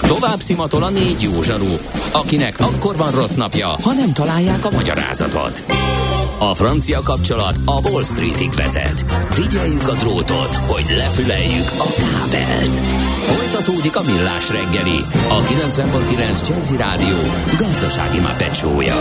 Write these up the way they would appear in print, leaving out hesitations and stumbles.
Tovább szimatol a 4 jó zsaru, akinek akkor van rossz napja, ha nem találják a magyarázatot. A francia kapcsolat a Wall Streetig vezet. Figyeljük a drótot, hogy lefüleljük a kábelt. Folytatódik a Millás reggeli, a 90.9 Jazzy Rádió gazdasági Muppet show-ja.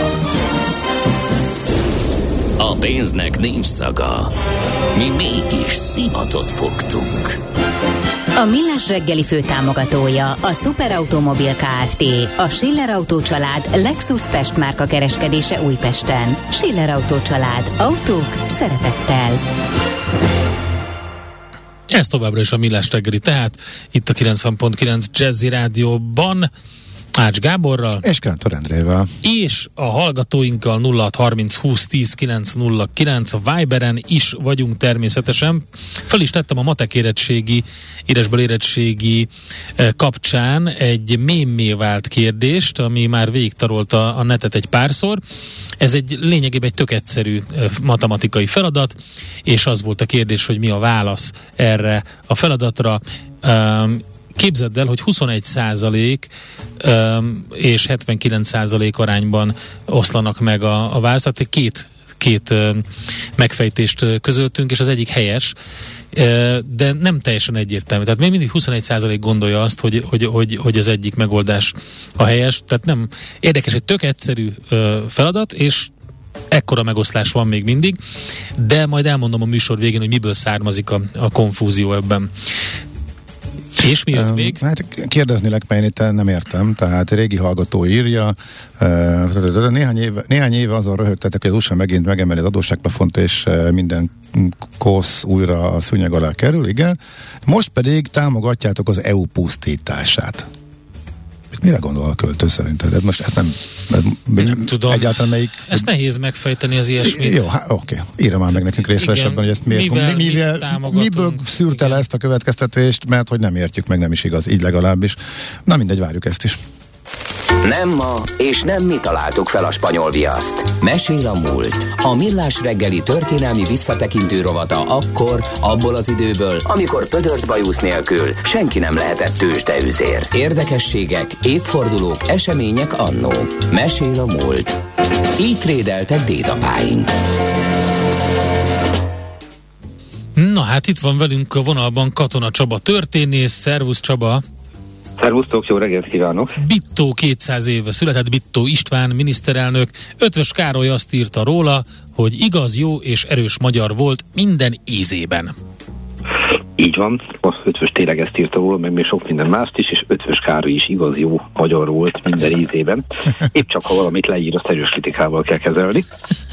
A pénznek nincs szaga. Mi mégis szimatot fogtunk. A Millás reggeli főtámogatója a Superautomobil Kft. A Schiller Autó család Lexus Pest márka kereskedése Újpesten. Schiller Autó család. Autók szeretettel. Ez továbbra is a Millás reggeli, tehát itt a 90.9 Jazzy Rádióban Ács Gáborral és Kántor Endrével és a hallgatóinkkal 0630 20 10 909 a Viberen is vagyunk természetesen. Fel is tettem a matek érettségi, írásbeli érettségi kapcsán egy mémmé vált kérdést, ami már végigtarolta a netet egy párszor. Ez egy lényegében egy tök egyszerű matematikai feladat, és az volt a kérdés, hogy mi a válasz erre a feladatra. Képzeld el, hogy 21% és 79% arányban oszlanak meg a válaszok. Két megfejtést közöltünk, és az egyik helyes, de nem teljesen egyértelmű. Tehát még mindig 21% gondolja azt, hogy az egyik megoldás a helyes. Tehát nem érdekes, egy tök egyszerű feladat, és ekkora megoszlás van még mindig, de majd elmondom a műsor végén, hogy miből származik a konfúzió ebben. És mi jött még? Hát kérdeznélek, mert én itt nem értem. Tehát régi hallgató írja, néhány éve azon röhögtetek, hogy az USA megint megemeli az adósságplafont, és minden kosz újra a szúnyeg alá kerül, igen. Most pedig támogatjátok az EU pusztítását. Mire gondol a költő szerinted? Most ezt nem tudom. Egyáltalán melyik... Ezt nehéz megfejteni az ilyesmit. Jó, oké. Írja már meg nekünk részletesebben, hogy ezt miből szűrte le ezt a következtetést, mert hogy nem értjük meg, nem is igaz, így legalábbis. Na mindegy, várjuk ezt is. Nem ma, és nem mi találtuk fel a spanyol viaszt. Mesél a múlt. A Millás reggeli történelmi visszatekintő rovata akkor, abból az időből, amikor pödört bajusz nélkül senki nem lehetett tőzsdeüzér. Érdekességek, évfordulók, események annó. Mesél a múlt. Így trédeltek dédapáink. Na hát itt van velünk a vonalban Katona Csaba történész. Szervusz Csaba! Szervusztok, jó reggelt kívánok! Bittó 200 éve született Bittó István miniszterelnök. Ötvös Károly azt írta róla, hogy igaz, jó és erős magyar volt minden ízében. Így van, az Ötvös tényleg ezt írta róla, meg még sok minden mást is, és Ötvös Károly is igaz, jó magyar volt minden ízében. Épp csak ha valamit leír, azt erős kritikával kell kezelni.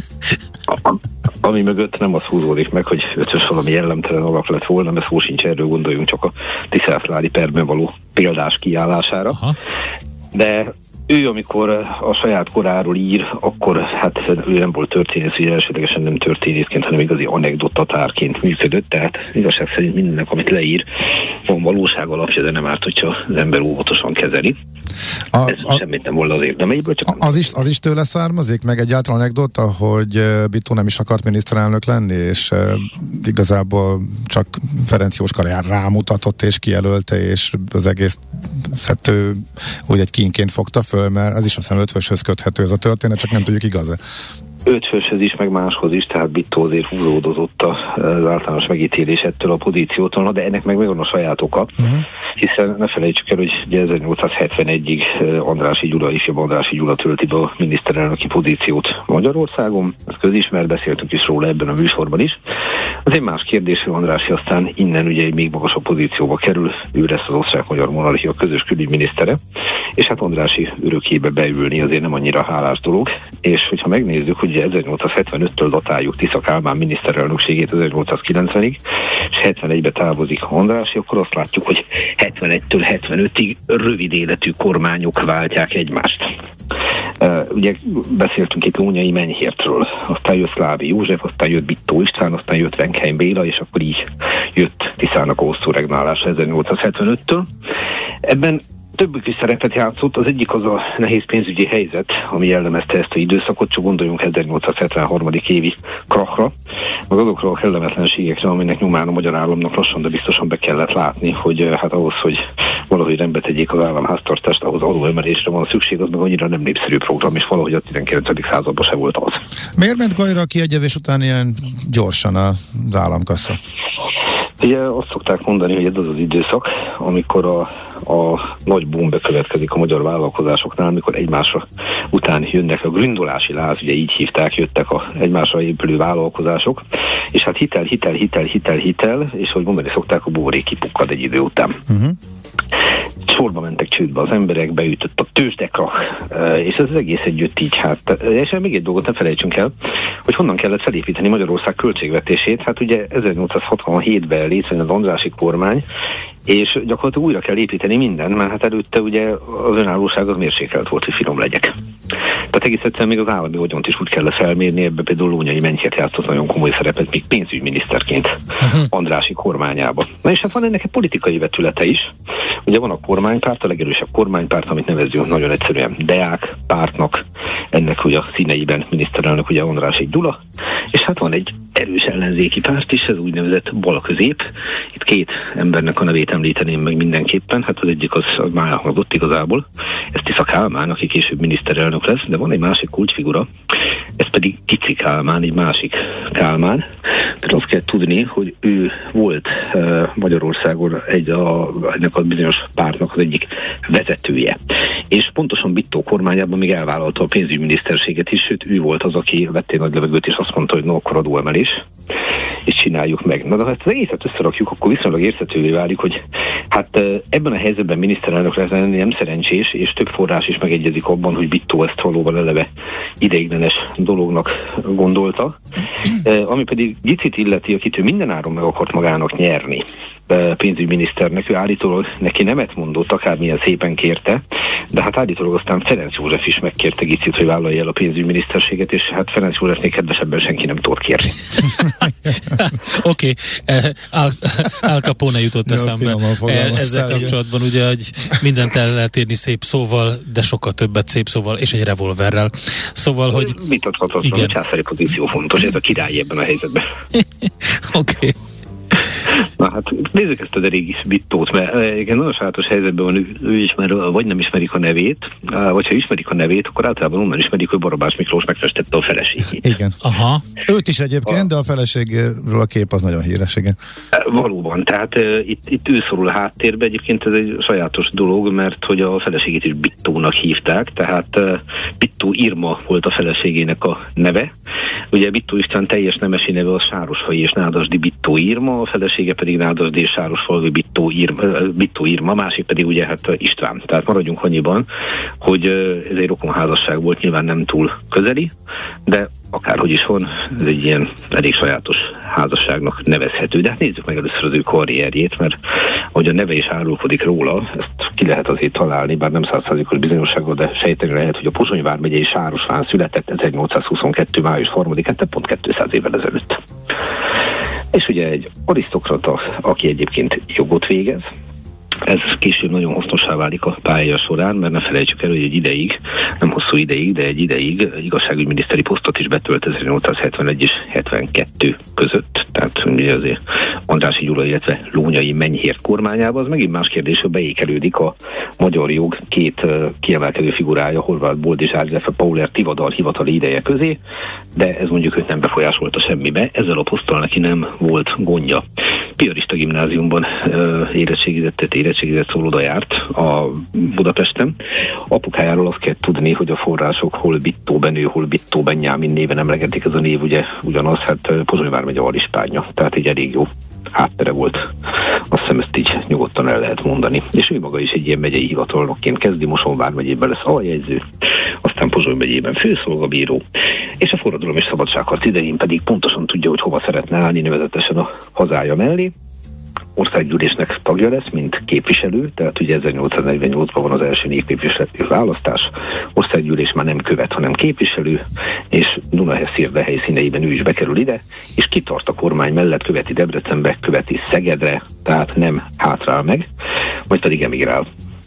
Ami mögött nem az húzódik meg, hogy Ötvös valami jellemtelen alak lett volna, mert szó sincs, erről gondoljunk csak a Tiszalári perben való példás kiállására. Aha. De ő, amikor a saját koráról ír, akkor hát ő nem volt történész, ugye elsődlegesen nem történészként, hanem igazi anekdotatárként működött, tehát igazság szerint mindennek, amit leír, van valóság alapja, de nem árt, hogyha az ember óvatosan kezeli. Ez semmit nem volna az érdemeiből, csak... Az is tőle származik, meg egyáltalán anekdota, hogy Bittó nem is akart miniszterelnök lenni, és igazából csak Ferenc Jóska rámutatott és kijelölte, és az egész ő úgy egy kínként fogta föl, mert az is aztán Ötvöshöz köthető ez a történet, csak nem tudjuk, igaz-e. Ötvöshöz is, meg máshoz is, tehát Bittó azért húzódozott az általános megítélés ettől a pozíciótól, de ennek meg megvan a saját oka, hiszen ne felejtsük el, hogy 1871-ig Andrássy Gyula, ifjabb Andrássy Gyula tölti be a miniszterelnöki pozíciót Magyarországon, ez közismert, beszéltünk is róla ebben a műsorban is. Az egy más kérdés, hogy Andrássy aztán innen ugye egy még magasabb pozícióba kerül, ő lesz az osztrák-magyar monarchia közös külügyminisztere, és hát Andrássy örökébe beülni azért nem annyira hálás dolog, és hogyha megnézzük, hogy 1875-től datáljuk Tisza Kálmán miniszterelnökségét 1890-ig, és 71-ben távozik Andrássy, akkor azt látjuk, hogy 71-től 75-ig rövid életű kormányok váltják egymást. Ugye beszéltünk itt Ónyai Menyhértről, aztán jött Szlávi József, aztán jött Bittó István, aztán jött Venkheim Béla, és akkor így jött Tiszának a hosszú regnálása 1875-től. Ebben többük is szerepet játszott, az egyik az a nehéz pénzügyi helyzet, ami jellemezte ezt az időszakot, csak gondoljunk 1873. évi krachra, meg azokra a kellemetlenségekre, aminek nyomán a magyar államnak lassan, de biztosan be kellett látni, hogy hát ahhoz, hogy valahogy rendbe tegyék az államháztartást, ahhoz adóemelésre van szükség, az meg annyira nem népszerű program, és valahogy a 19. században se volt az. Miért ment Gajra a kiegyevés után ilyen gyorsan az államkassa? Ugye azt szokták mondani, hogy ez az az időszak, amikor a nagy boom bekövetkezik a magyar vállalkozásoknál, amikor egymásra után jönnek a gründolási láz, ugye így hívták, jöttek a egymásra épülő vállalkozások, és hát hitel, és hogy mondani szokták, a bórék kipukkad egy idő után. Sorba mentek csődbe az emberek, beütött a tőzsdekra, és ez az egész együtt így, hát, és még egy dolgot ne felejtsünk el, hogy honnan kellett felépíteni Magyarország költségvetését, hát ugye 1867-ben létrejön az Andrássy kormány, és gyakorlatilag újra kell építeni mindent, mert hát előtte ugye az önállóság az mérsékelt volt, hogy finom legyek. Tehát egész egyszerűen még az állami vagyont is úgy kellett felmérni, ebbe például Lónyai Menyhért játszott nagyon komoly szerepet, még pénzügyminiszterként Andrássy kormányába. Na és hát van ennek egy politikai vetülete is. Ugye van a kormánypárt, a legerősebb kormánypárt, amit nevezünk nagyon egyszerűen Deák pártnak, ennek ugye a színeiben miniszterelnök ugye Andrássy Gyula, és hát van egy erős ellenzéki párt is, ez úgynevezett balközép. Itt két embernek a nevét említeném meg mindenképpen, hát az egyik az már elhangzott igazából, ez Tisza Kálmán, aki később miniszterelnök lesz, de van egy másik kulcsfigura, ez pedig Kiczi Kálmán, egy másik Kálmán. Tehát azt kell tudni, hogy ő volt Magyarországon ennek a bizonyos pártnak az egyik vezetője. És pontosan Bittó kormányában még elvállalta a pénzügyminiszterséget is, sőt ő volt az, aki vetté nagy levegőt, és azt mondta, hogy no, akkor adóemelés, és csináljuk meg. Na de ha ezt az egészet összerakjuk, akkor viszonylag érthetővé válik, hogy hát ebben a helyzetben miniszterelnök lenni nem szerencsés, és több forrás is megegyezik abban, hogy Bittó ezt valóban eleve ideiglenes dolognak gondolta. Ami pedig Gicit illeti, akit ő mindenáron meg akart magának nyerni, pénzügyminiszternek, ő állítólag neki nemet mondott, akármilyen szépen kérte, de hát állítólag aztán Ferenc József is megkérte Gicit, hogy vállalja el a pénzügyminiszterséget, és hát Ferenc Józsefnél kedvesebben senki nem tudott kérni. Oké, Al Capone jutott eszembe. Ezzel kapcsolatban ugye, hogy mindent el lehet érni szép szóval, de sokkal többet szép szóval, és egy revolverrel. Szóval, hogy... Vitathatatlan, a császári pozíció fontos, ez a király ebben a helyzetben. Oké. Na hát nézzük ezt a régi Bittót, mert egyébként nagyon sajátos helyzetben van, ő ismer, vagy nem ismerik a nevét, vagy ha ismerik a nevét, akkor általában onnan ismerik, hogy Barabás Miklós megfestette a feleségét. Igen. Aha. Őt is egyébként, de a feleségről a kép az nagyon híres, igen. Valóban, tehát itt ő szorul a háttérbe, egyébként ez egy sajátos dolog, mert hogy a feleségét is Bittónak hívták, tehát Bittó Irma volt a feleségének a neve. Ugye Bittó István teljes nemesi neve a Sárosfai és Nádasdy Bittó Irma, a felesége pedig Nádasdy és Sárosfalvi Bittó Irma, másik pedig ugye hát István. Tehát maradjunk annyiban, hogy ez egy rokonházasság volt, nyilván nem túl közeli, de akárhogy is van, ez egy ilyen elég sajátos házasságnak nevezhető. De hát nézzük meg először az ő karrierjét, mert ahogy a neve is árulkodik róla, ezt ki lehet azért találni, bár nem 100%-os bizonyossággal, de sejteni lehet, hogy a Pozsony vármegyei Sárosván született 1822. május 3-án, tehát pont 200 évvel ezelőtt. És ugye egy arisztokrata, aki egyébként jogot végez. Ez később nagyon hasznossá válik a pálya során, mert ne felejtsük el, hogy egy ideig, nem hosszú ideig, de egy ideig igazságügyminiszteri posztot is betölt 1871 és 72 között. Tehát ugye azért Andrássy Gyula, illetve Lónyai Menyhért kormányában. Az megint más kérdés, hogy beékelődik a magyar jog két kiemelkedő figurája, Horváth Boldizsár, illetve Pauler Tivadar hivatali ideje közé, de ez mondjuk őt nem befolyásolta semmibe. Ezzel a poszttal neki nem volt gondja. Piarista gimnáziumban érettségizett szól, oda járt a Budapesten. Apukájáról azt kell tudni, hogy a források hol Bittó Benő, hol Bittó Benyámin néven emlegetik, ez a név ugye ugyanaz, hát Pozsony vármegye alispánja, tehát egy elég jó háttere volt. Azt hiszem ezt így nyugodtan el lehet mondani. És ő maga is egy ilyen megyei hivatalnokként kezdi, Moson vármegyében lesz aljegyző, aztán Pozsony megyében főszolgabíró, és a forradalom és szabadságharc idején pedig pontosan tudja, hogy hova szeretne állni, nevezetesen a hazája mellé. Országgyűlésnek tagja lesz, mint képviselő, tehát ugye 1848-ban van az első népképviseleti választás, országgyűlés már nem követ, hanem képviselő, és Dunaszerdahelyi színeiben ő is bekerül ide, és kitart a kormány mellett, követi Debrecenbe, követi Szegedre, tehát nem hátrál meg, majd pedig emigrál.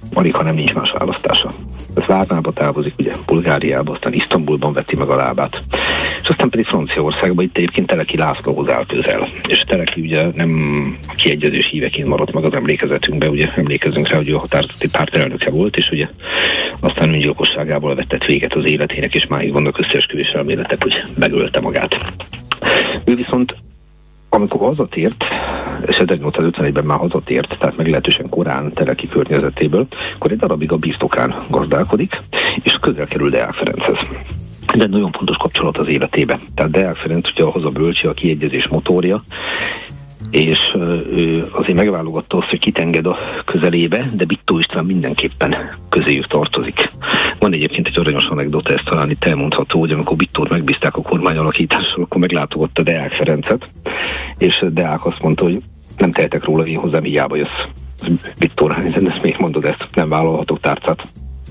alig, hanem nincs más választása. Ez Várnába távozik, ugye Bulgáriába, aztán Isztambulban veti meg a lábát. És aztán pedig Franciaországban itt egyébként Teleki Lászlóhoz áll közel. És Teleki ugye nem a kiegyezés híveként maradt meg az emlékezetünkbe, ugye emlékezünk rá, hogy ő a határozati párt elnöke volt, és ugye aztán öngyilkosságából vetett véget az életének, és máig vannak összeesküvés elméletek, hogy megölte magát. Ő viszont amikor hazatért, és 1851-ben már hazatért, tehát meglehetősen korán Teleki környezetéből, akkor egy darabig a birtokán gazdálkodik, és közel kerül Deák Ferenchez. Ez egy nagyon fontos kapcsolat az életébe. Tehát Deák Ferenc ugye a hazabölcsi, a kiegyezés motorja, és ő azért megválogatta azt, hogy kit enged a közelébe, de Bittó István mindenképpen közéjük tartozik. Van egyébként egy aranyos anekdota, ezt talán itt elmondható, hogy amikor Bittót megbízták a kormányalakítással, akkor meglátogatta Deák Ferencet, és Deák azt mondta, hogy nem tehetek róla, én hozzám hiába jössz. Bittóra, ezt miért mondod ezt? Nem vállalhatok tárcát.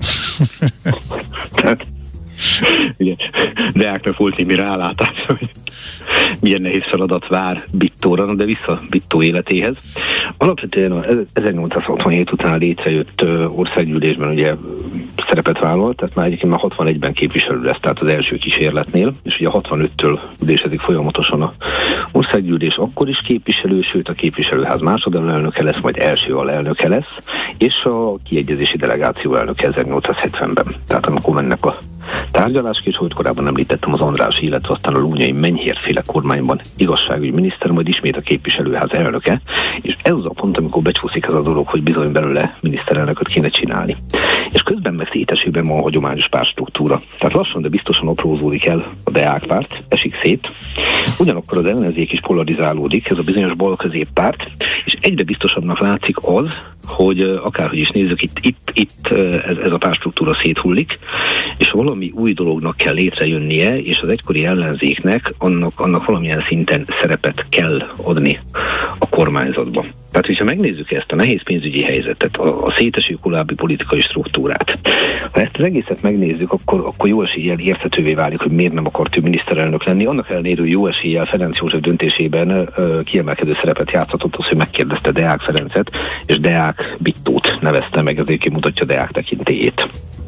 Tehát, ugye, Deáknak volt némi rálátás, hogy milyen nehéz feladat vár Bittóra, de vissza Bittó életéhez. Alapvetően a 1867 után létrejött országgyűlésben ugye szerepet vállalt, tehát már egyébként már 61-ben képviselő lesz, tehát az első kísérletnél, és ugye 65-től ülésezik folyamatosan a országgyűlés, akkor is képviselő, sőt a képviselőház másodalelnöke lesz, majd első alelnöke lesz, és a kiegyezési delegáció elnöke 1870-ben. Tehát amikor mennek a tárgyalás, és hogy korábban említettem az András, illetve aztán a Lúnyai Menyhérféle kormányban igazságügyi miniszter, majd ismét a képviselőház elnöke, és ez az a pont, amikor becsúszik ez a dolog, hogy bizony belőle miniszterelnököt kéne csinálni. És közben meg szétesőben van a hagyományos pártstruktúra. Tehát lassan, de biztosan aprózódik el a Deák párt, esik szét. Ugyanakkor az ellenzék is polarizálódik, ez a bizonyos bal-középpárt, és egyre biztosabbnak látszik az, hogy akárhogy is nézzük, itt ez a pártstruktúra széthullik, és valami új dolognak kell létrejönnie, és az egykori ellenzéknek annak valamilyen szinten szerepet kell adni a kormányzatban. Tehát, hogyha megnézzük ezt a nehéz pénzügyi helyzetet, a széteső korábbi politikai struktúrát, ha ezt az egészet megnézzük, akkor jó eséllyel érthetővé válik, hogy miért nem akart ő miniszterelnök lenni. Annak ellenére, hogy jó eséllyel Ferenc József döntésében kiemelkedő szerepet játszhatott az, hogy megkérdezte Deák Ferencet, és Deák Bittót nevezte meg, ezért kimutatja Deák tekintélyét.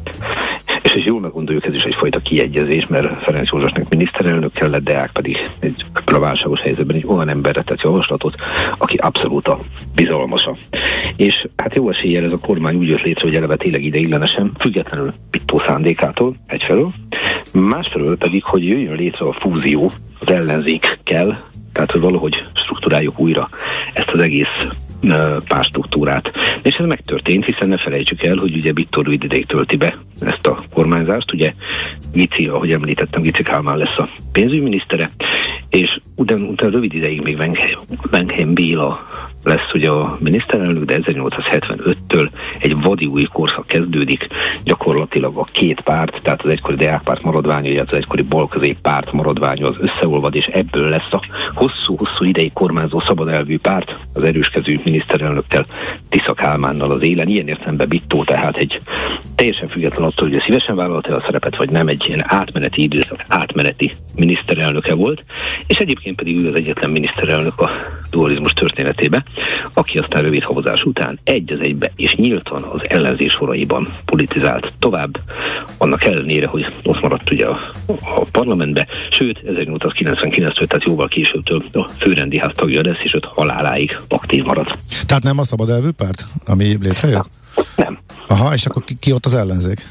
És jól meggondoljuk, ez is egyfajta kiegyezés, mert Ferenc Józsefnek miniszterelnök kellett, Deák pedig a válságos helyzetben egy olyan emberre tett javaslatot, aki abszolút a bizalmasa. És hát jó eséllyel ez a kormány úgy jött létre, hogy eleve tényleg ideiglenesen, függetlenül Bittó szándékától egyfelől, másfelől pedig, hogy jöjjön létre a fúzió az ellenzékkel, tehát hogy valahogy strukturáljuk újra ezt az egész pártstruktúrát. És ez megtörtént, hiszen ne felejtsük el, hogy ugye Bittó rövid ideig tölti be ezt a kormányzást, ugye Gici, ahogy említettem, Gici Kálmán lesz a pénzügyminisztere, és utána rövid ideig még Benkheim Béla lesz ugye a miniszterelnök, de 1875-től egy vadi új korszak kezdődik, gyakorlatilag a két párt, tehát az egykori Deák párt maradványa, illetve az egykori bal-közép párt maradványa az összeolvad, és ebből lesz a hosszú-hosszú ideig kormányzó szabadelvű párt, az erőskező miniszterelnökkel, Tisza Kálmánnal az élen. Ilyen értelemben Bittó tehát egy teljesen független attól, hogy szívesen vállalta a szerepet, vagy nem, egy ilyen átmeneti időszak, átmeneti miniszterelnöke volt, és egyébként pedig ő az egyetlen miniszterelnök a dualizmus történetében, aki aztán rövid havazás után egy az egybe és nyíltan az ellenzés soraiban politizált tovább, annak ellenére, hogy ott maradt ugye a parlamentbe, sőt 1899-től, tehát jóval későbbtől a főrendi ház tagja lesz, és öt haláláig aktív marad. Tehát nem a szabadelvű párt, ami létrejött? Nem. Aha, és akkor ki ott az ellenzék?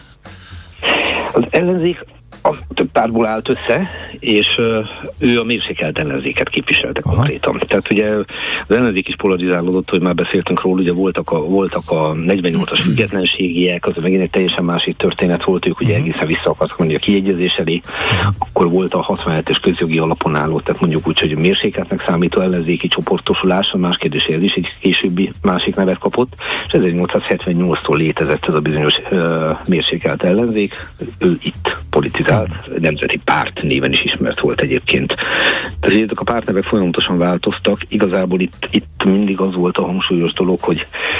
Az ellenzék több pártból állt össze, és ő a mérsékelt ellenzéket képviselte konkrétan. Tehát ugye az ellenzék is polarizálódott, hogy már beszéltünk róla, ugye voltak a 48-as függetlenségiek, az megint egy teljesen másik történet volt, ők ugye egészen vissza akartak menni a kiegyezés elé, akkor volt a 67-es közjogi alapon álló, tehát mondjuk úgy, hogy a mérsékeltnek számító ellenzéki csoportosulás, a más kérdéséhez is egy későbbi másik nevet kapott, és 1878-tól létezett ez a bizonyos mérsékelt ellenzék, ő itt politizált, Nemzeti Párt néven is ismert volt egyébként. Tehát ezek a pártnevek folyamatosan változtak, igazából itt mindig az volt a hangsúlyos dolog, hogy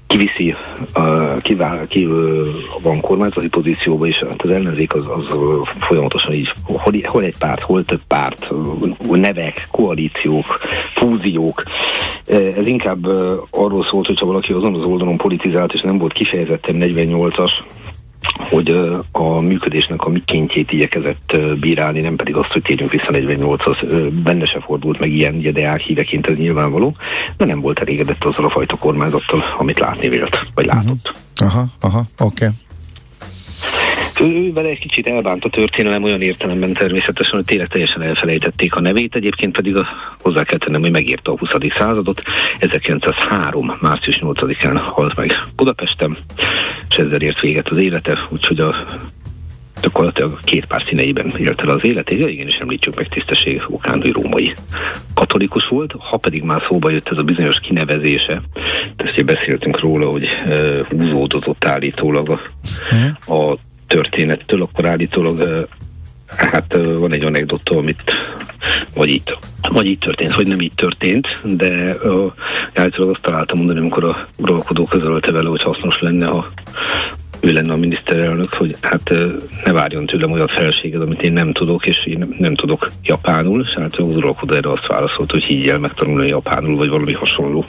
kiviszi, ki van kormányzati pozícióba, és az ellenzék az folyamatosan így, hol egy párt, hol több párt, nevek, koalíciók, fúziók. Ez inkább arról szólt, hogyha valaki azon az oldalon politizált, és nem volt kifejezetten 48-as, hogy a működésnek a mikéntjét igyekezett bírálni, nem pedig azt, hogy térjünk vissza 48-az. Benne se fordult meg ilyen, ugye Deák híreként ez nyilvánvaló, de nem volt elégedett azzal a fajta kormányzattal, amit látni vélt, vagy látott. Oké. Ő vele egy kicsit elbánt a történelem olyan értelemben természetesen, hogy tényleg teljesen elfelejtették a nevét, egyébként pedig hozzá kell tennem, hogy megírta a 20. századot. 1903. március 8-án halt meg Budapesten, és ezzel ért véget az élete, úgyhogy gyakorlatilag két pár színeiben élte el az életét. Igen, és említsük meg tisztesség okán, hogy római katolikus volt, ha pedig már szóba jött ez a bizonyos kinevezése, ezt beszéltünk róla, hogy húzódozott állítólag a történettől, akkor állítólag van egy anekdota, amit vagy így történt, vagy nem így történt, de állítólag azt találtam mondani, amikor a uralkodó közölte vele, hogy hasznos lenne, ha ő lenne a miniszterelnök, hogy ne várjon tőlem olyan felséget, amit én nem tudok, és én nem tudok japánul, és az uralkodó erre azt válaszolt, hogy higgyel megtanulni japánul, vagy valami hasonló.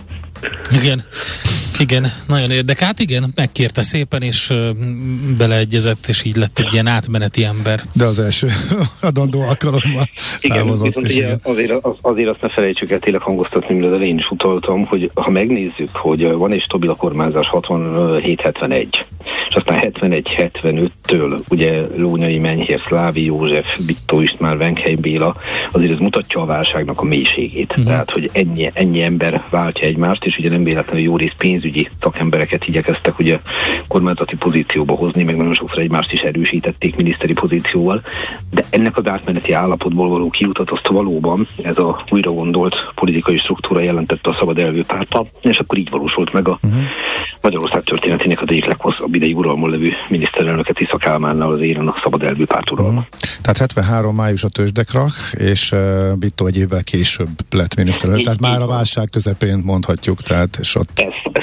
Igen, nagyon érdekes. Hát igen, megkérte szépen, és beleegyezett, és így lett egy ilyen átmeneti ember. De az első adandó alkalommal távozott. Igen, azért azt ne felejtsük el tényleg hangoztatni, mint az elején is utaltam, hogy ha megnézzük, hogy van egy stabil kormányzás 67-71, és aztán 71-75-től ugye Lónyai Menyhér, Szlávi József, Bittó István, Venkhely Béla, azért ez mutatja a válságnak a mélységét. Tehát, hogy ennyi ember váltja egymást, és ugye nem véletlenül jó rész pénzügyi szakembereket igyekeztek ugye kormányzati pozícióba hozni, meg nagyon sokszor egymást is erősítették miniszteri pozícióval, de ennek az átmeneti állapotból való kiutat azt valóban ez a újra gondolt politikai struktúra jelentette a Szabad Elvű Párttal, és akkor így valósult meg a Magyarország történetének az egyik leghosszabb ideig uralmon levő miniszterelnöket Tisza Kálmánnal az éren a Szabad Elvű Párt uralma. Tehát 73 május a tőzsdekrak, és Bittó egy évvel később lett miniszterelnök, tehát már a válság közepén mondhatjuk, tehát és ott... Ez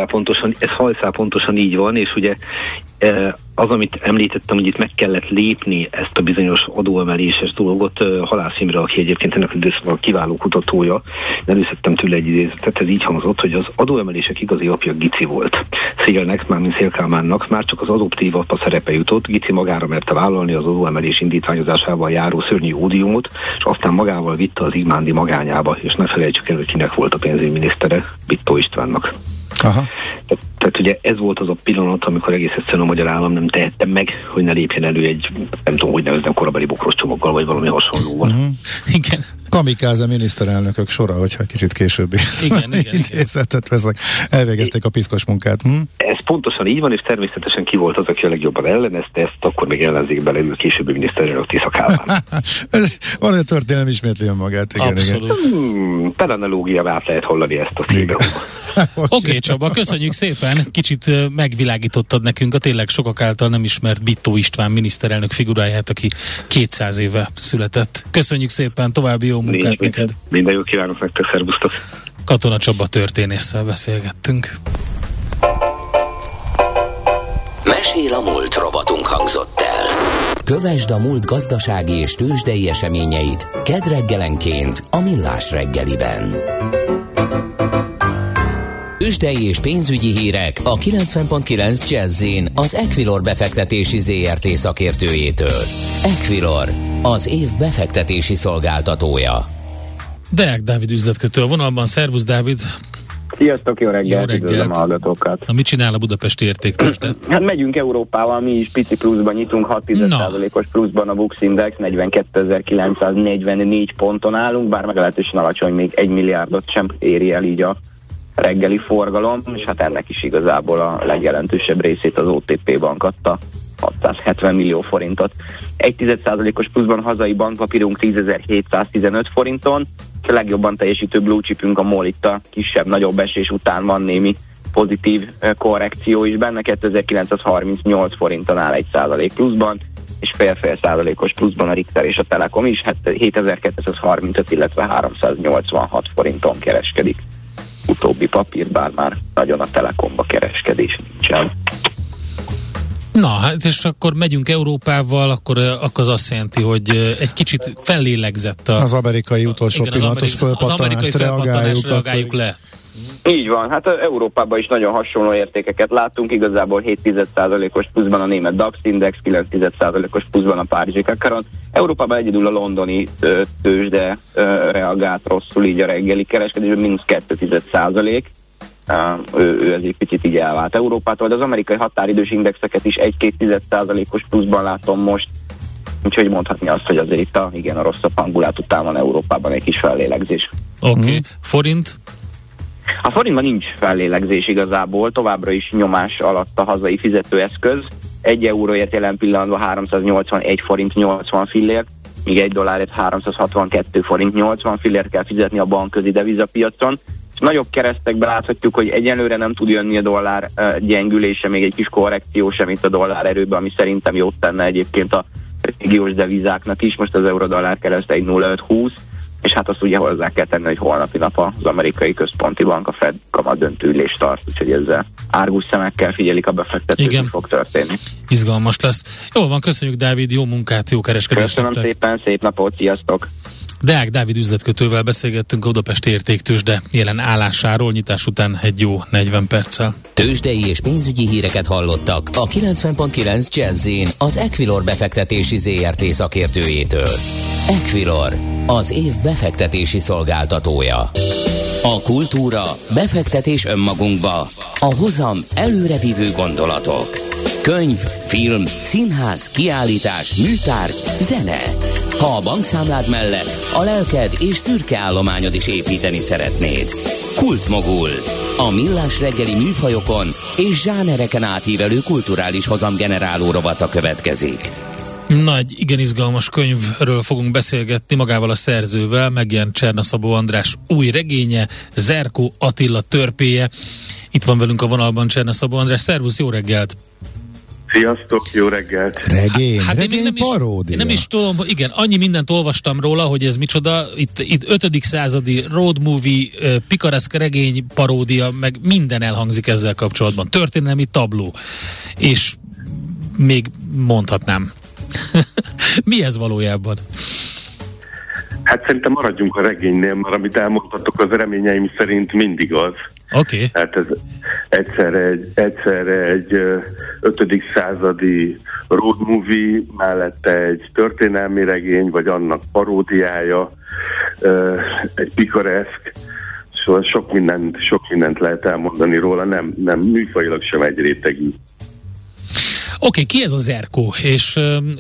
hajszál pontosan így van, és ugye az, amit említettem, hogy itt meg kellett lépni ezt a bizonyos adóemeléses dolgot, Halász Imre, aki egyébként ennek a kiváló kutatója, előszedtem tőle egy idézetet, ez így hangzott, hogy az adóemelések igazi apja Gici volt. Szélnek, mármint Széll Kálmánnak már csak az adoptív apa szerepe jutott, Gici magára merte vállalni az adóemelés indítványozásával járó szörnyű ódiumot, és aztán magával vitte az Igmándi magányába, és ne felejtsük el, hogy kinek volt a pénzügyminisztere, Bittó Istvánnak. Aha. Tehát ugye ez volt az a pillanat, amikor egész egyszerűen a magyar állam nem tehette meg, hogy ne lépjen elő egy, nem tudom, hogy nevezzem, korabeli bokros csomaggal, vagy valami hasonlóval. Igen. Kamikáze miniszterelnökök sora, hogyha kicsit későbbi idézetet veszek. Elvégezték a piszkos munkát. Ez pontosan így van, és természetesen ki volt az, aki a legjobban ellenezte ezt, akkor még ellenzékben leül későbbi miniszterelnök Tisza Kálmán. Van egy történelem ismétli önmagát. Abszolút. Per analógia át lehet hallani ezt a filmben. Oké, Csaba, köszönjük szépen. Kicsit megvilágítottad nekünk a tényleg sokak által nem ismert Bittó István miniszterelnök figuráját, aki 200 éve született. Köszönjük szépen, további jó munkát neked. Minden jót kívánok nektek, szervusztok. Katona Csaba történésszel beszélgettünk. Mesél a múlt rovatunk hangzott el. Kövesd a múlt gazdasági és tőzsdei eseményeit kedd reggelenként a Millás reggeliben. Tőzsdei és pénzügyi hírek a 90.9 Jazz-in az Equilor befektetési ZRT szakértőjétől. Equilor, az év befektetési szolgáltatója. Deák Dávid üzletkötő a vonalban. Szervusz, Dávid! Sziasztok, jó reggelt, üdvözlöm a hallgatókat. Na, mit csinál a budapesti értéktőzsde? Hát megyünk Európával, mi is pici pluszban nyitunk, 6%-os pluszban a Bux Index, 42.944 ponton állunk, bár meglehetősen alacsony, még 1 milliárdot sem éri el így a reggeli forgalom, és hát ennek is igazából a legjelentősebb részét az OTP bank adta, 670 millió forintot. 1,1%-os pluszban hazai bankpapírunk 10.715 forinton, a legjobban teljesítő blue chipünk a MOL, itt a kisebb-nagyobb esés után van némi pozitív korrekció is benne, 2938 forinton áll 1% pluszban, és fél százalékos pluszban a Richter és a Telekom is, 7235, illetve 386 forinton kereskedik. utóbbi papírt, bár már nagyon a Telekomba kereskedés nincsen. Na, hát és akkor megyünk Európával, akkor az azt jelenti, hogy egy kicsit fellélegzett az amerikai utolsó pillanatos fölpattanást reagáljuk le. Így van, hát Európában is nagyon hasonló értékeket láttunk, igazából 7,1%-os pluszban a német DAX Index, 9,1%-os pluszban a párizsi CAC. Európában egyedül a londoni tőzsde reagált rosszul, így a reggeli kereskedésben mínusz 2,1%. Ő ez egy picit így elvált Európától, de az amerikai határidős indexeket is 1,2%-os pluszban látom most, úgyhogy mondhatni azt, hogy azért itt a rosszabb hangulat után van Európában egy kis fellélegzés. Oké. Forint? A forintban nincs fellélegzés igazából, továbbra is nyomás alatt a hazai fizetőeszköz. 1 euróért jelen pillanatban 381 forint 80 fillért, míg 1 dollárért 362 forint 80 fillért kell fizetni a bankközi devizapiacon. Nagyobb keresztekben láthatjuk, hogy egyelőre nem tud jönni a dollár gyengülése, még egy kis korrekció sem itt a dollár erőben, ami szerintem jót tenne egyébként a régiós devizáknak is. Most az euró-dollár kereszt 1,0520, és hát azt ugye hozzá kell tenni, hogy holnapi nap az amerikai központi bank, a Fed kamat döntőülést tart, úgyhogy ezzel árgus szemekkel figyelik a befektetők, mi fog történni. Izgalmas lesz. Jól van, köszönjük Dávid, jó munkát, jó kereskedést. Köszönöm szépen, szép napot, sziasztok! Deák Dávid üzletkötővel beszélgettünk a Budapesti Értéktőzsde jelen állásáról, nyitás után egy jó 40 perccel. Tőzsdei és pénzügyi híreket hallottak a 90.9 Jazz-in az Equilor befektetési ZRT szakértőjétől. Equilor, az év befektetési szolgáltatója. A kultúra, befektetés önmagunkba, a hozam előrevívő gondolatok. Könyv, film, színház, kiállítás, műtárgy, zene. Ha a bankszámlád mellett a lelked és szürke állományod is építeni szeretnéd. Kultmogul. A millás reggeli műfajokon és zsánereken átívelő kulturális hozamgeneráló rovata következik. Nagy, igen izgalmas könyvről fogunk beszélgetni magával a szerzővel, megjelent Csernaszabó András új regénye, Zerkó Attila törpéje. Itt van velünk a vonalban Csernaszabó András. Szervusz, jó reggelt! Sziasztok, jó reggelt! Regény paródia. Én nem is tudom, igen, annyi mindent olvastam róla, hogy ez micsoda, itt 5. századi road movie, pikareszk regény paródia, meg minden elhangzik ezzel kapcsolatban. Történelmi tabló. És még mondhatnám. Mi ez valójában? Hát szerintem maradjunk a regénynél, mert amit elmondhatok, az reményeim szerint mindig az. Oké. Hát ez egyszerre egy 5. századi road movie, mellette egy történelmi regény, vagy annak paródiája, egy pikareszk, szóval sok mindent lehet elmondani róla, nem műfajilag sem egy rétegű. Oké, ki ez a Zerkó? És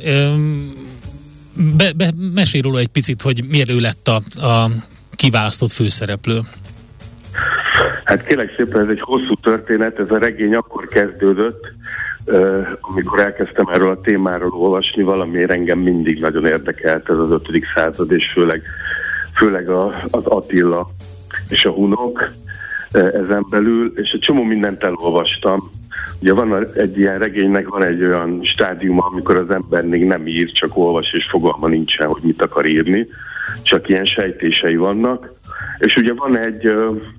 mesélj róla egy picit, hogy miért ő lett a kiválasztott főszereplő. Hát kérlek szépen, ez egy hosszú történet, ez a regény akkor kezdődött, amikor elkezdtem erről a témáról olvasni, valamiért engem mindig nagyon érdekelt ez az 5. század, és főleg az Attila és a hunok ezen belül, és egy csomó mindent elolvastam. Ugye egy ilyen regénynek van egy olyan stádiuma, amikor az ember még nem ír, csak olvas, és fogalma nincsen, hogy mit akar írni, csak ilyen sejtései vannak. És ugye van egy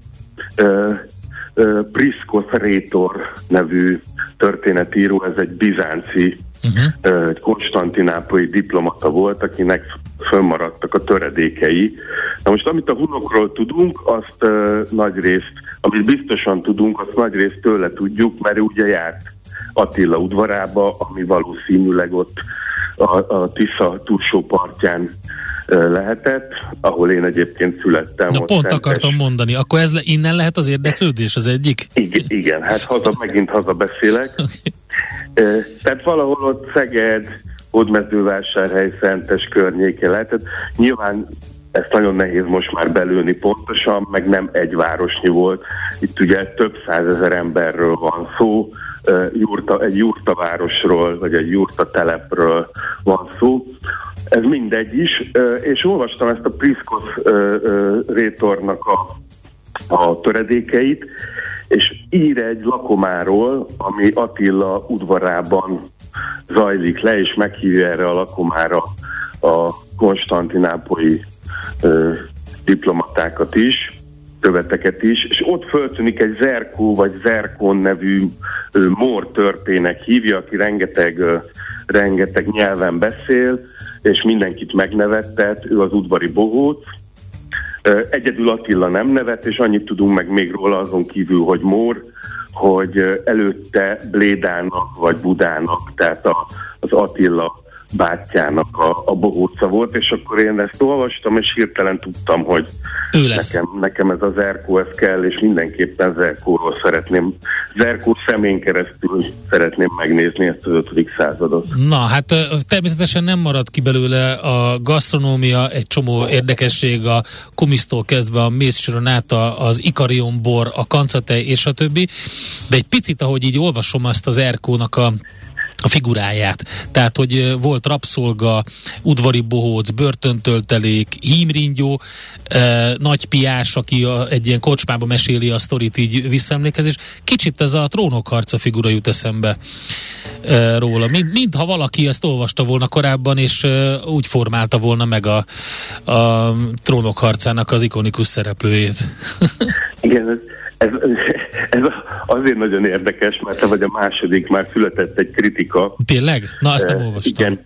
Priszkosz Rétor nevű történetíró, ez egy bizánci, egy konstantinápolyi diplomata volt, akinek fönnmaradtak a töredékei. Na most, amit a hunokról tudunk, azt nagyrészt, amit biztosan tudunk, azt nagyrészt tőle tudjuk, mert ugye járt Attila udvarába, ami valószínűleg ott a Tisza túlsó partján lehetett, ahol én egyébként születtem. Na pont akartam mondani, akkor innen lehet az érdeklődés az egyik? Igen, hát megint haza beszélek. Tehát valahol ott Szeged, Hódmezővásárhely, Szentes környéke lehetett. Nyilván ezt nagyon nehéz most már belőni pontosan, meg nem egy városnyi volt. Itt ugye több százezer emberről van szó, egy jurtavárosról, vagy egy jurtatelepről van szó. Ez mindegy is, és olvastam ezt a Priszkosz Rétornak a töredékeit, és ír egy lakomáról, ami Attila udvarában zajlik le, és meghívja erre a lakomára a konstantinápolyi diplomatákat is, töveteket is, és ott föltűnik egy Zerkó vagy Zerkon nevű mór törpének hívja, aki rengeteg nyelven beszél, és mindenkit megnevettet, ő az udvari bohóc. Egyedül Attila nem nevet, és annyit tudunk meg még róla azon kívül, hogy mór, hogy előtte Blédának vagy Budának, tehát az Attila bátyjának a bohóca volt, és akkor én ezt olvastam, és hirtelen tudtam, hogy nekem ez az Zerkó, ez kell, és mindenképpen Zerkóról Zerkó szemén keresztül szeretném megnézni ezt az 5. századot. Na, hát természetesen nem marad ki belőle a gasztronómia, egy csomó érdekesség, a kumisztól kezdve a mézsörön át, az Ikarion bor, a kancatej és a többi, de egy picit, ahogy így olvasom azt az Zerkónak a figuráját. Tehát, hogy volt rabszolga, udvari bohóc, börtöntöltelék, hímringyó, nagy piás, aki egy ilyen kocsmában meséli a sztorit így visszaemlékezés. Kicsit ez a Trónokharca figura jut eszembe róla. Mintha valaki ezt olvasta volna korábban, és úgy formálta volna meg a Trónokharcának az ikonikus szereplőjét. Igen, ez azért nagyon érdekes, mert te vagy a második, már született egy kritika. Tényleg? Na, ezt nem olvastam. Igen,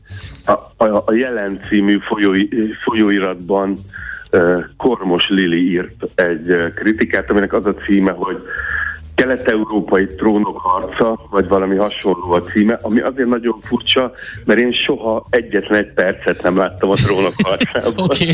a Jelen című folyóiratban Kormos Lili írt egy kritikát, aminek az a címe, hogy Kelet-európai trónokharca, vagy valami hasonló a címe, ami azért nagyon furcsa, mert én soha egyetlen egy percet nem láttam a trónokharcában. Okay.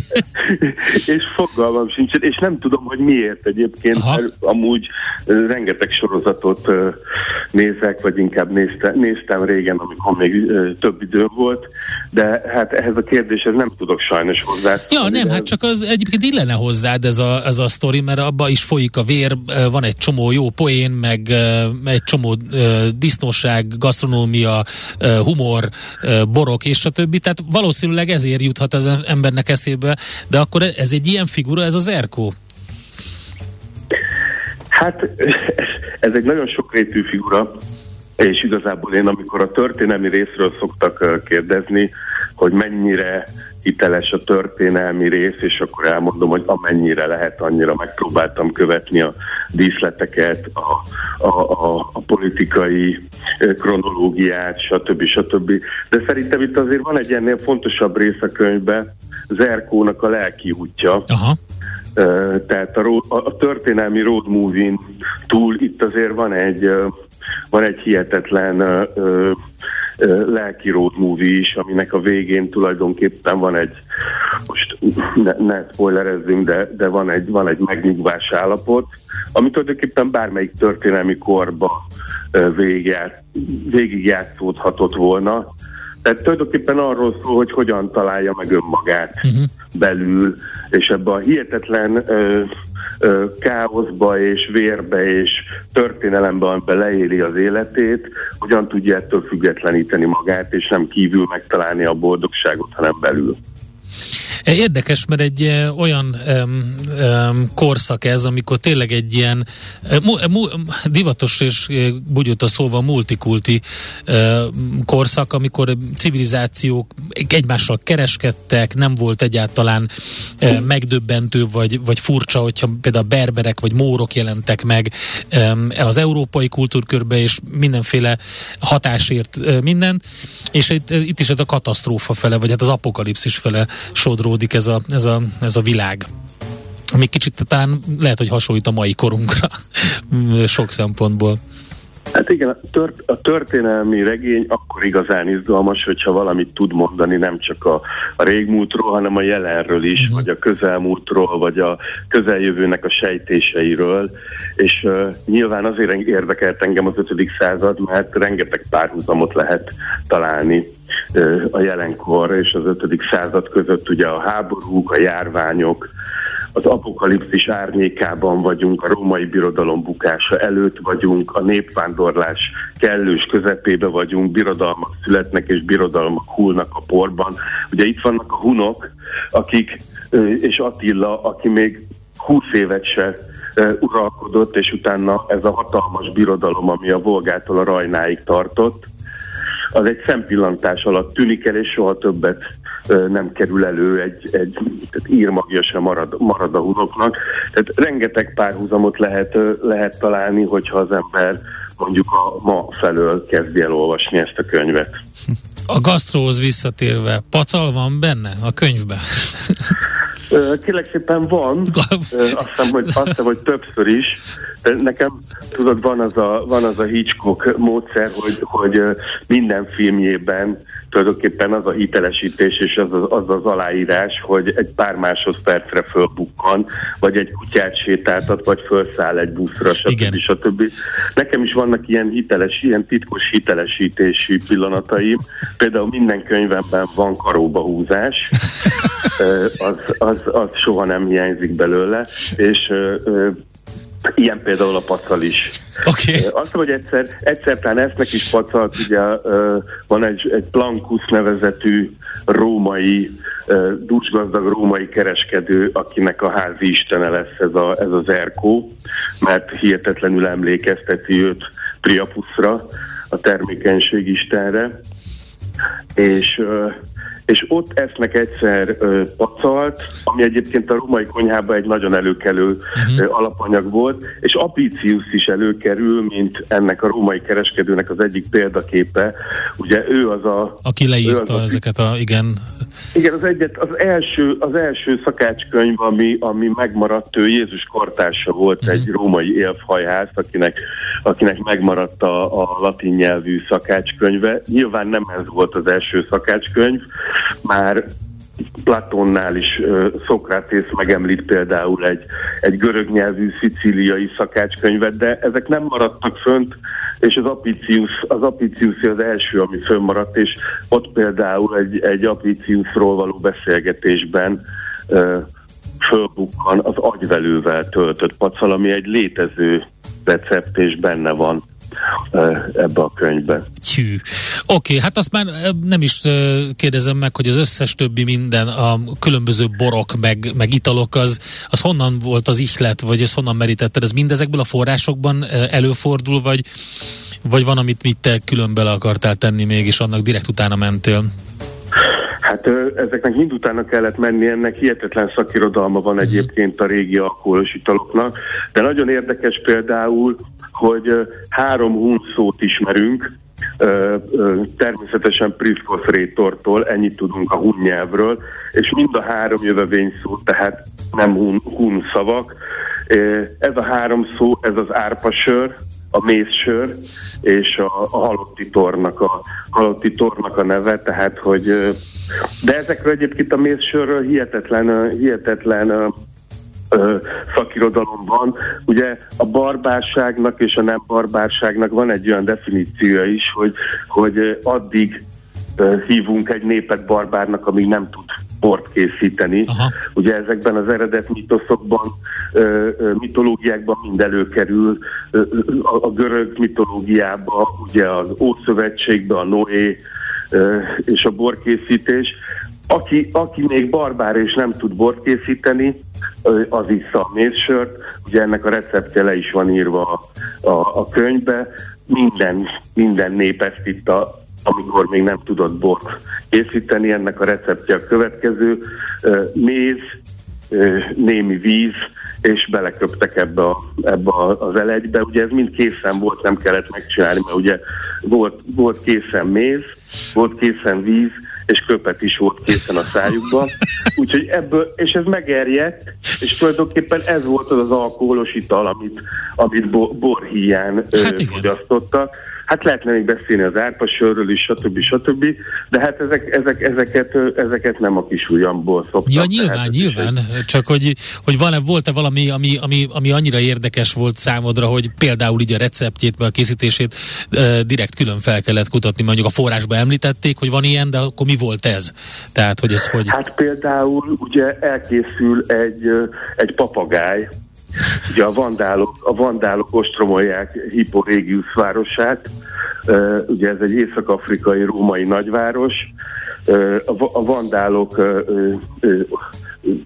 És fogalmam sincs, és nem tudom, hogy miért egyébként, mert amúgy rengeteg sorozatot nézek, vagy inkább néztem régen, amikor még több időm volt, de hát ehhez a kérdéshez nem tudok sajnos hozzá. Ja, nem, hát csak az egyébként illene hozzád ez a sztori, mert abba is folyik a vér, van egy csomó jó poén, meg egy csomó disznóság, gasztronómia, humor, borok és a többi, tehát valószínűleg ezért juthat az embernek eszébe, de akkor ez egy ilyen figura, ez az Zerkó? Hát ez egy nagyon sokrétű figura, és igazából én, amikor a történelmi részről szoktak kérdezni, hogy mennyire hiteles a történelmi rész, és akkor elmondom, hogy amennyire lehet, annyira megpróbáltam követni a díszleteket, a politikai kronológiát, stb. De szerintem itt azért van egy ennél fontosabb rész a könyvben, Zerkónak a lelki útja. Aha. Tehát a történelmi road movie-n túl itt azért van egy hihetetlen lelki road movie is, aminek a végén tulajdonképpen van egy, most ne spoilerezzünk, de van egy megnyugvás állapot, ami tulajdonképpen bármelyik történelmi korba végig játszódhatott volna. Tehát tulajdonképpen arról szól, hogy hogyan találja meg önmagát belül, és ebbe a hihetetlen káoszba és vérbe és történelembe, amiben leéli az életét, hogyan tudja ettől függetleníteni magát, és nem kívül megtalálni a boldogságot, hanem belül. Érdekes, mert egy olyan korszak ez, amikor tényleg egy ilyen divatos és bugyuta szólva multikulti korszak, amikor civilizációk egymással kereskedtek, nem volt egyáltalán megdöbbentő vagy furcsa, hogyha például berberek vagy mórok jelentek meg az európai kultúrkörbe, és mindenféle hatásért mindent, és itt is a katasztrófa fele, vagy hát az apokalipszis fele sodródik ez a világ. Ami kicsit talán lehet, hogy hasonlít a mai korunkra sok szempontból. Hát igen, a történelmi regény akkor igazán izgalmas, hogyha valamit tud mondani nem csak a régmúltról, hanem a jelenről is, vagy a közelmúltról, vagy a közeljövőnek a sejtéseiről, és nyilván azért érdekelt engem az 5. század, mert rengeteg párhuzamot lehet találni a jelenkor és az 5. század között, ugye a háborúk, a járványok, az apokalipszis árnyékában vagyunk, a római birodalom bukása előtt vagyunk, a népvándorlás kellős közepébe vagyunk, birodalmak születnek és birodalmak hullnak a porban. Ugye itt vannak a hunok, és Attila, aki még 20 évet se uralkodott, és utána ez a hatalmas birodalom, ami a Volgától a Rajnáig tartott, az egy szempillantás alatt tűnik el, és soha többet nem kerül elő, egy írmagja sem marad a hunoknak. Tehát rengeteg párhuzamot lehet találni, hogyha az ember mondjuk a ma felől kezdi el olvasni ezt a könyvet. A gasztróhoz visszatérve, pacal van benne a könyvben? Kérlek szépen van, azt hiszem, hogy többször is. Nekem, tudod, van az a Hitchcock módszer, hogy minden filmjében tulajdonképpen az a hitelesítés és az aláírás, hogy egy pár másodpercre fölbukkan, vagy egy kutyát sétáltat, vagy felszáll egy buszra, stb. Nekem is vannak ilyen titkos hitelesítési pillanataim. Például minden könyvemben van karóba húzás, az soha nem hiányzik belőle, és ilyen például a pacal is. Okay. Azt hogy egyszer talán esznek is pacalt, ugye van egy Plancus nevezetű római, dúsgazdag római kereskedő, akinek a házi istene lesz ez az Erkó, mert hihetetlenül emlékezteti őt Priapusra, a termékenység istenre, és ott esznek egyszer pacalt, ami egyébként a római konyhában egy nagyon előkelő alapanyag volt, és Apicius is előkerül, mint ennek a római kereskedőnek az egyik példaképe. Ugye ő aki leírta ezeket igen, az első szakácskönyv, ami megmaradt, ő Jézus kortársa volt, egy római élfhajház, akinek megmaradt a latin nyelvű szakácskönyve. Nyilván nem ez volt az első szakácskönyv, már Platónnál is Szokratész megemlít például egy görög nyelvű szicíliai szakácskönyvet, de ezek nem maradtak fönt, és az Apicius az első, ami fönnmaradt, és ott például egy Apiciusról való beszélgetésben fölbukkan az agyvelővel töltött pacal, ami egy létező recept, és benne van ebbe a könyvbe. Oké, hát azt már nem is kérdezem meg, hogy az összes többi minden, a különböző borok, meg italok, az honnan volt az ihlet, vagy ezt honnan merítetted? Ez mindezekből a forrásokban előfordul, vagy van, amit te külön bele akartál tenni még, és annak direkt utána mentél? Hát ezeknek mind utána kellett menni, ennek hihetetlen szakirodalma van egyébként a régi alkoholos italoknak, de nagyon érdekes például, hogy 3 hun szót ismerünk, természetesen Priskos rétortól, ennyit tudunk a hun nyelvről, és mind a 3 jövevény szó, tehát nem hun szavak. Ez a 3 szó, ez az árpasör, a mézsör és a halotti tornak a neve, tehát hogy de ezekről egyébként a mézsörről hihetetlen szakirodalom van. Ugye a barbárságnak és a nem barbárságnak van egy olyan definíciója is, hogy addig hívunk egy népet barbárnak, amíg nem tud bort készíteni. Aha. Ugye ezekben az eredet mitoszokban, mitológiákban mind előkerül, a görög mitológiában, ugye az Ószövetségben a Noé és a borkészítés. Aki még barbár és nem tud bort készíteni, az issza a mézsört. Ugye ennek a receptje le is van írva a könyvbe. Minden nép ezt itta, amikor még nem tudott bort készíteni. Ennek a receptje a következő: méz, némi víz, és beleköptek ebbe az elegybe. Ugye ez mind készen volt, nem kellett megcsinálni, mert ugye volt készen méz, volt készen víz, és köpet is volt készen a szájukban. Úgyhogy ebből, és ez megerjedt, és tulajdonképpen ez volt az alkoholos ital, amit borhíján fogyasztottak. Hát lehetne még beszélni az árpasörről is, stb. De hát ezeket nem a kis ujjamból szoktak. Ja, nyilván. Csak hogy volt-e valami, ami annyira érdekes volt számodra, hogy például így a receptjét, vagy a készítését direkt külön fel kellett kutatni. Mondjuk a forrásba említették, hogy van ilyen, de akkor mi volt ez? Tehát, hogy ez hogy... Hát például ugye elkészül egy papagáj. Ugye a vandálok ostromolják Hippo Regius városát, ugye ez egy észak-afrikai római nagyváros. A vandálok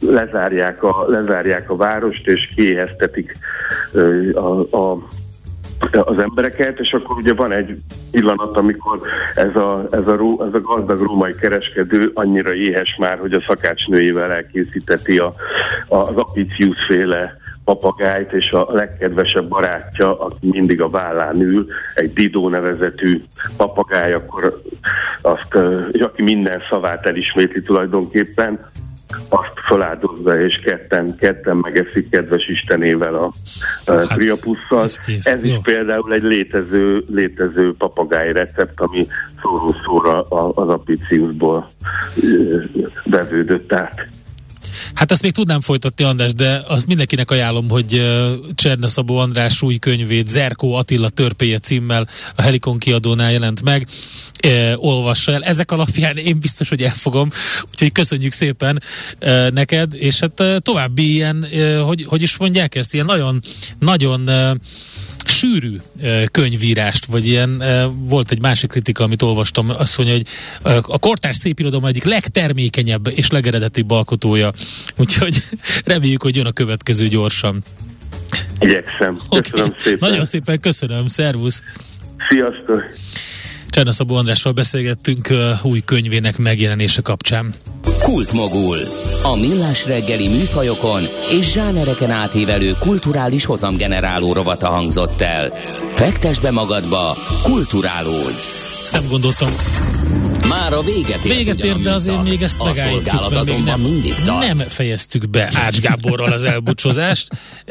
lezárják a várost, és kiéheztetik az embereket, és akkor ugye van egy pillanat, amikor ez a gazdag római kereskedő annyira éhes már, hogy a szakácsnőjével elkészíteti az Apicius féle papagájt, és a legkedvesebb barátja, aki mindig a vállán ül, egy Dido nevezetű papagáj, akkor és aki minden szavát elismétli tulajdonképpen, azt feláldozza, és ketten megeszik kedves istenével a Priapusszal. Ez is például egy létező papagáj recept, ami szóró-szóra az Apiciusból vevődött át. Hát ezt még tudnám folytatni, András, de azt mindenkinek ajánlom, hogy Cserna Szabó András új könyvét, Zerkó Attila törpéje címmel a Helikon kiadónál jelent meg. Olvassa el. Ezek alapján én biztos, hogy elfogom. Úgyhogy köszönjük szépen neked, és hát további ilyen, hogy is mondják ezt, ilyen nagyon sűrű könyvírást, vagy ilyen, volt egy másik kritika, amit olvastam, azt mondja, hogy a kortárs szépirodalom egyik legtermékenyebb és legeredetibb alkotója. Úgyhogy reméljük, hogy jön a következő gyorsan. Igyekszem. Köszönöm szépen. Nagyon szépen köszönöm. Szervusz. Sziasztok. Cserna Szabó Andrással beszélgettünk új könyvének megjelenése kapcsán. Kultmogul. A millás reggeli műfajokon és zsánereken átívelő kulturális hozamgeneráló rovata hangzott el. Fektesd be magadba, kulturálódj! Ezt nem gondoltam. Már a véget ért, de azért még ezt megállítjuk. A szolgálat azonban mindig tart. Nem fejeztük be Ács Gáborral az elbúcsúzást,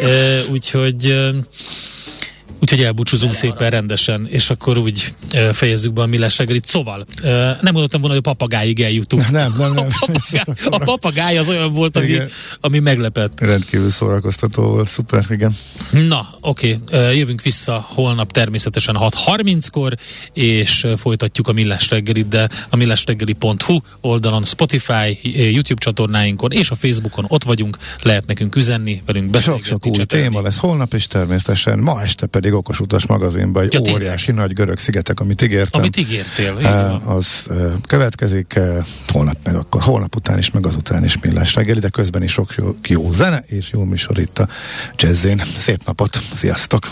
úgyhogy elbúcsúzunk szépen rendesen, és akkor úgy fejezzük be a millás reggelit. Szóval, nem gondoltam volna, hogy a papagáig eljutunk. Nem. A papagáj az olyan volt, ami meglepett. Rendkívül szórakoztató volt, szuper, igen. Na, oké, jövünk vissza holnap természetesen 6:30-kor, és folytatjuk a millás reggelit, de a millásreggeli.hu oldalon, Spotify, YouTube csatornáinkon és a Facebookon ott vagyunk, lehet nekünk üzenni, velünk beszélgetni. Sok új téma lesz holnap, és természetesen ma este pedig Okos Utas magazinban egy óriási nagy görög szigetek, amit ígértem. Amit ígértél. Az következik holnap után is, meg azután is millás reggeli, de közben is sok jó zene és jó műsor itt a Jazzin. Szép napot, sziasztok!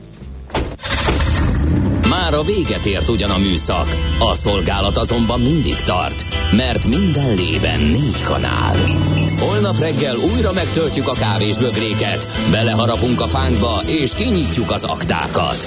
Már a véget ért ugyan a műszak, a szolgálat azonban mindig tart, mert minden lében 4 kanál. Holnap reggel újra megtöltjük a kávésbögréket, beleharapunk a fánkba és kinyitjuk az aktákat.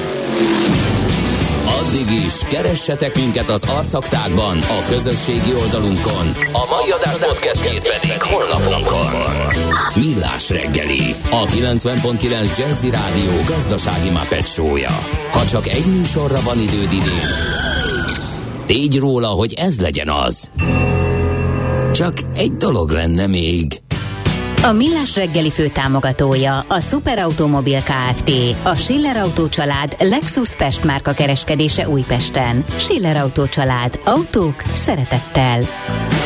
Addig is keressetek minket az arcaktákban, a közösségi oldalunkon. A mai adás podcastjét pedig honlapunkon. Millás reggeli, a 90.9 Jazzy Rádió gazdasági Muppet show-ja. Ha csak egy műsorra van időd idén, tégy róla, hogy ez legyen az. Csak egy dolog lenne még. A Millás reggeli főtámogatója a Superautomobil Kft. A Schiller Autó család Lexus Pest márka kereskedése Újpesten. Schiller Autó család. Autók szeretettel.